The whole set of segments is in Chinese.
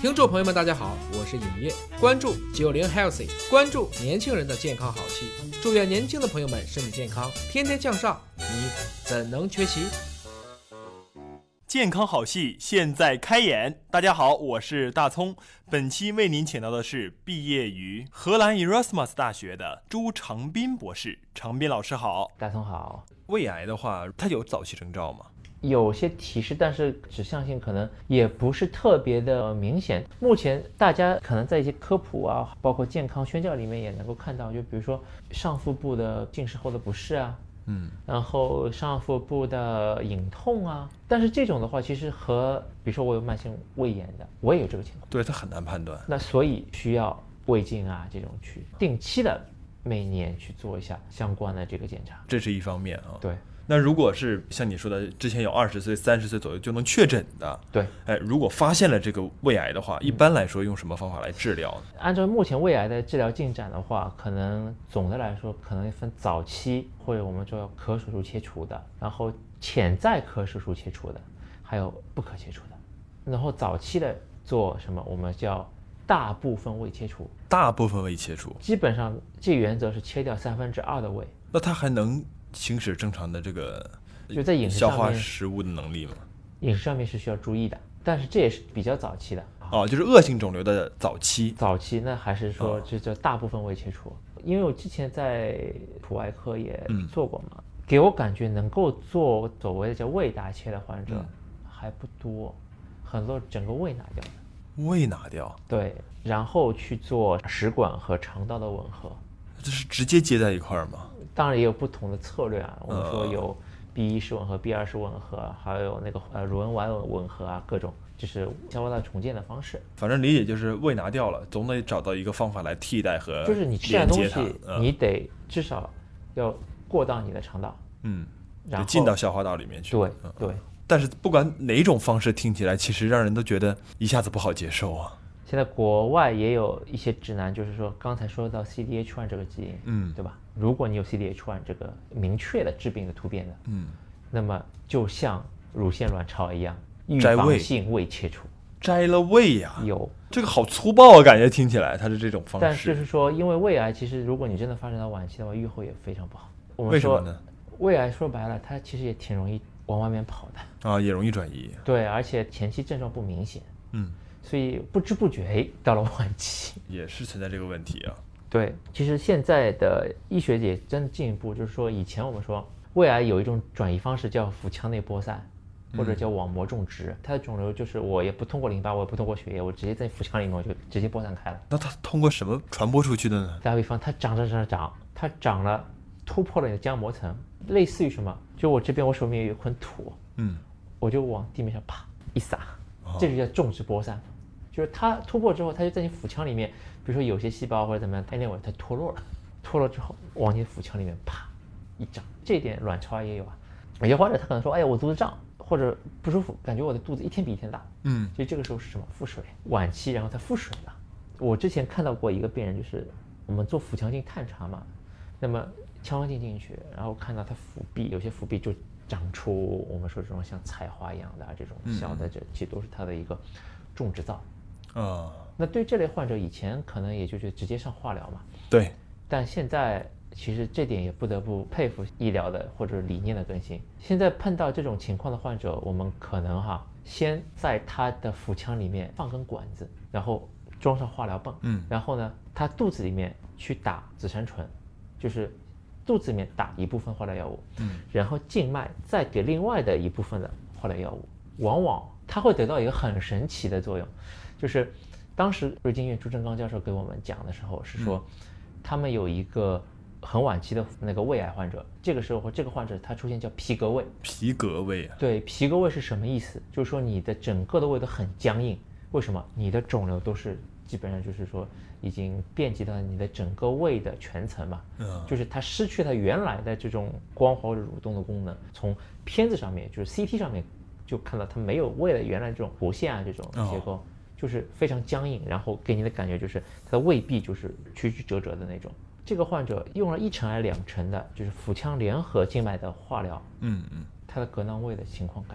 听众朋友们，大家好，我是尹烨，关注90 Healthy， 关注年轻人的健康好戏。祝愿年轻的朋友们身体健康，天天向上，你怎能缺席？ 健康好戏现在开演。大家好，我是大葱。本期为您请到的是毕业于荷兰 Erasmus 大学的朱长斌博士。长斌老师好。 大葱好。 胃癌的话，它有早期征兆吗？ 有些提示，但是指向性可能也不是特别的明显。目前大家可能在一些科普啊，包括健康宣教里面也能够看到，就比如说上腹部的进食后的不适啊，然后上腹部的隐痛啊，但是这种的话，其实和比如说我有慢性胃炎的，我也有这个情况， 对，它很难判断。 那所以需要胃镜啊这种去定期的每年去做一下相关的这个检查， 这是一方面啊。 对。 那如果是像你说的，之前有20岁、30岁左右就能确诊的， 对， 如果发现了这个胃癌的话，一般来说用什么方法来治疗呢？ 按照目前胃癌的治疗进展的话，可能总的来说可能分早期或者我们说可手术切除的，然后潜在可手术切除的，还有不可切除的。然后早期的做什么？我们叫大部分胃切除。 大部分胃切除， 基本上这原则是切掉2/3的胃。 那它还能行使正常的这个就在饮食上面消化食物的能力吗？ 饮食上面是需要注意的，但是这也是比较早期的。 就是恶性肿瘤的早期。 早期那还是说这叫大部分胃切除，因为我之前在普外科也做过嘛，给我感觉能够做所谓的叫胃大切的患者还不多，很多整个胃拿掉的。 胃拿掉？对， 然后去做食管和肠道的吻合。 这是直接接在一块儿吗？ 当然也有不同的策略啊，我们说有 B1式吻合、B2式吻合，还有那个乳弯丸吻合啊，各种就是消化道重建的方式。 反正理解就是胃拿掉了，总得找到一个方法来替代和就是你吃的东西，你得至少要过到你的肠道，然后进到消化道里面去。 对对。 但是不管哪种方式，听起来其实让人都觉得一下子不好接受啊。 现在国外也有一些指南，就是说刚才说到 CDH1 这个基因，对吧？如果你有 CDH1 这个明确的致病的突变的，那么就像乳腺卵巢一样，预防性胃切除。 摘了胃呀？ 有这个好粗暴啊，感觉听起来它是这种方式。 但就是说，因为胃癌其实如果你真的发展到晚期的话，预后也非常不好。 为什么呢？ 胃癌说白了，它其实也挺容易往外面跑的啊，也容易转移。 对，而且前期症状不明显，所以不知不觉到了晚期， 也是存在这个问题啊。 对，其实现在的医学界真进一步，就是说以前我们说胃癌有一种转移方式叫腹腔内播散，或者叫网膜种植，它的肿瘤就是我也不通过淋巴，我也不通过血液，我直接在腹腔里面我就直接播散开了。 那它通过什么传播出去的呢？ 打个比方，它长，它长了突破了你的浆膜层，类似于什么？就我这边我手里面有一捆土，我就往地面上啪一撒，这就叫种植播散。就是它突破之后，它就在你腹腔里面，比如说有些细胞或者怎么样，它脱落了，脱落之后往你的腹腔里面啪一长，这一点卵巢癌也有啊。有些患者他可能说，哎呀我肚子胀或者不舒服，感觉我的肚子一天比一天大，所以这个时候是什么？腹水，晚期然后它腹水了。我之前看到过一个病人，就是我们做腹腔镜探查嘛，那么腔镜进去，然后看到他腹壁有些腹壁就长出我们说这种像菜花一样的这种小的，这其实都是他的一个种植灶。那对这类患者以前可能也就是直接上化疗嘛， 对， 但现在其实这点也不得不佩服医疗的或者理念的更新。现在碰到这种情况的患者，我们可能先在他的腹腔里面放根管子，然后装上化疗泵，然后呢他肚子里面去打紫杉醇，就是肚子里面打一部分化疗药物，然后静脉再给另外的一部分的化疗药物，往往它会得到一个很神奇的作用。就是当时瑞金院朱正刚教授给我们讲的时候是说，他们有一个很晚期的那个胃癌患者，这个时候这个患者他出现叫皮革胃。 皮革胃啊？ 对，皮革胃是什么意思？就是说你的整个的胃都很僵硬，为什么？你的肿瘤都是基本上就是说已经遍及到你的整个胃的全层嘛，就是它失去它原来的这种光滑或者蠕动的功能。从片子上面就是 CT 上面就看到它没有胃的原来这种弧线啊这种结构。就是非常僵硬，然后给你的感觉就是它的胃壁就是曲曲折折的那种。这个患者用了1成还是2成的，就是腹腔联合静脉的化疗，他的革囊胃的情况改善了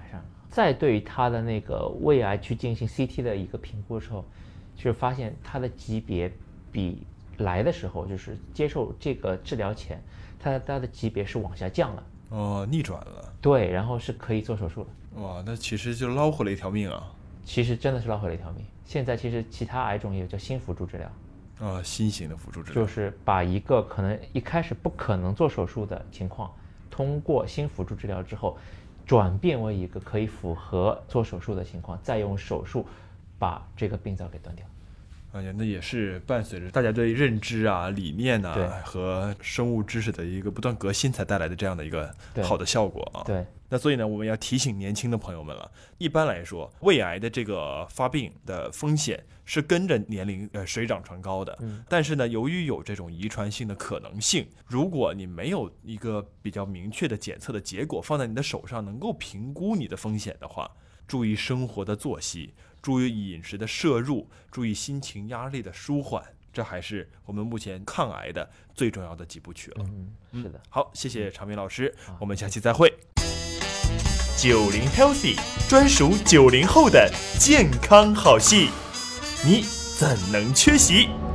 再对他的那个胃癌去进行 CT 的一个评估的时候，就发现他的级别比来的时候，就是接受这个治疗前，他的级别是往下降了。 哦，逆转了。 对，然后是可以做手术的。 哇，那其实就捞回了一条命啊！ 其实真的是捞回了一条命。现在其实其他癌种也有叫新辅助治疗。 新型的辅助治疗就是把一个可能一开始不可能做手术的情况，通过新辅助治疗之后，转变为一个可以符合做手术的情况，再用手术把这个病灶给断掉。 那也是伴随着大家对认知啊、理念啊和生物知识的一个不断革新才带来的这样的一个好的效果啊。 对。 那所以呢，我们要提醒年轻的朋友们了。一般来说，胃癌的这个发病的风险是跟着年龄水涨船高的。但是呢，由于有这种遗传性的可能性，如果你没有一个比较明确的检测的结果放在你的手上，能够评估你的风险的话，注意生活的作息，注意饮食的摄入，注意心情压力的舒缓，这还是我们目前抗癌的最重要的几部曲了。 是的。 好，谢谢常明老师，我们下期再会。90 Healthy 专属90后的健康好戏，你怎能缺席？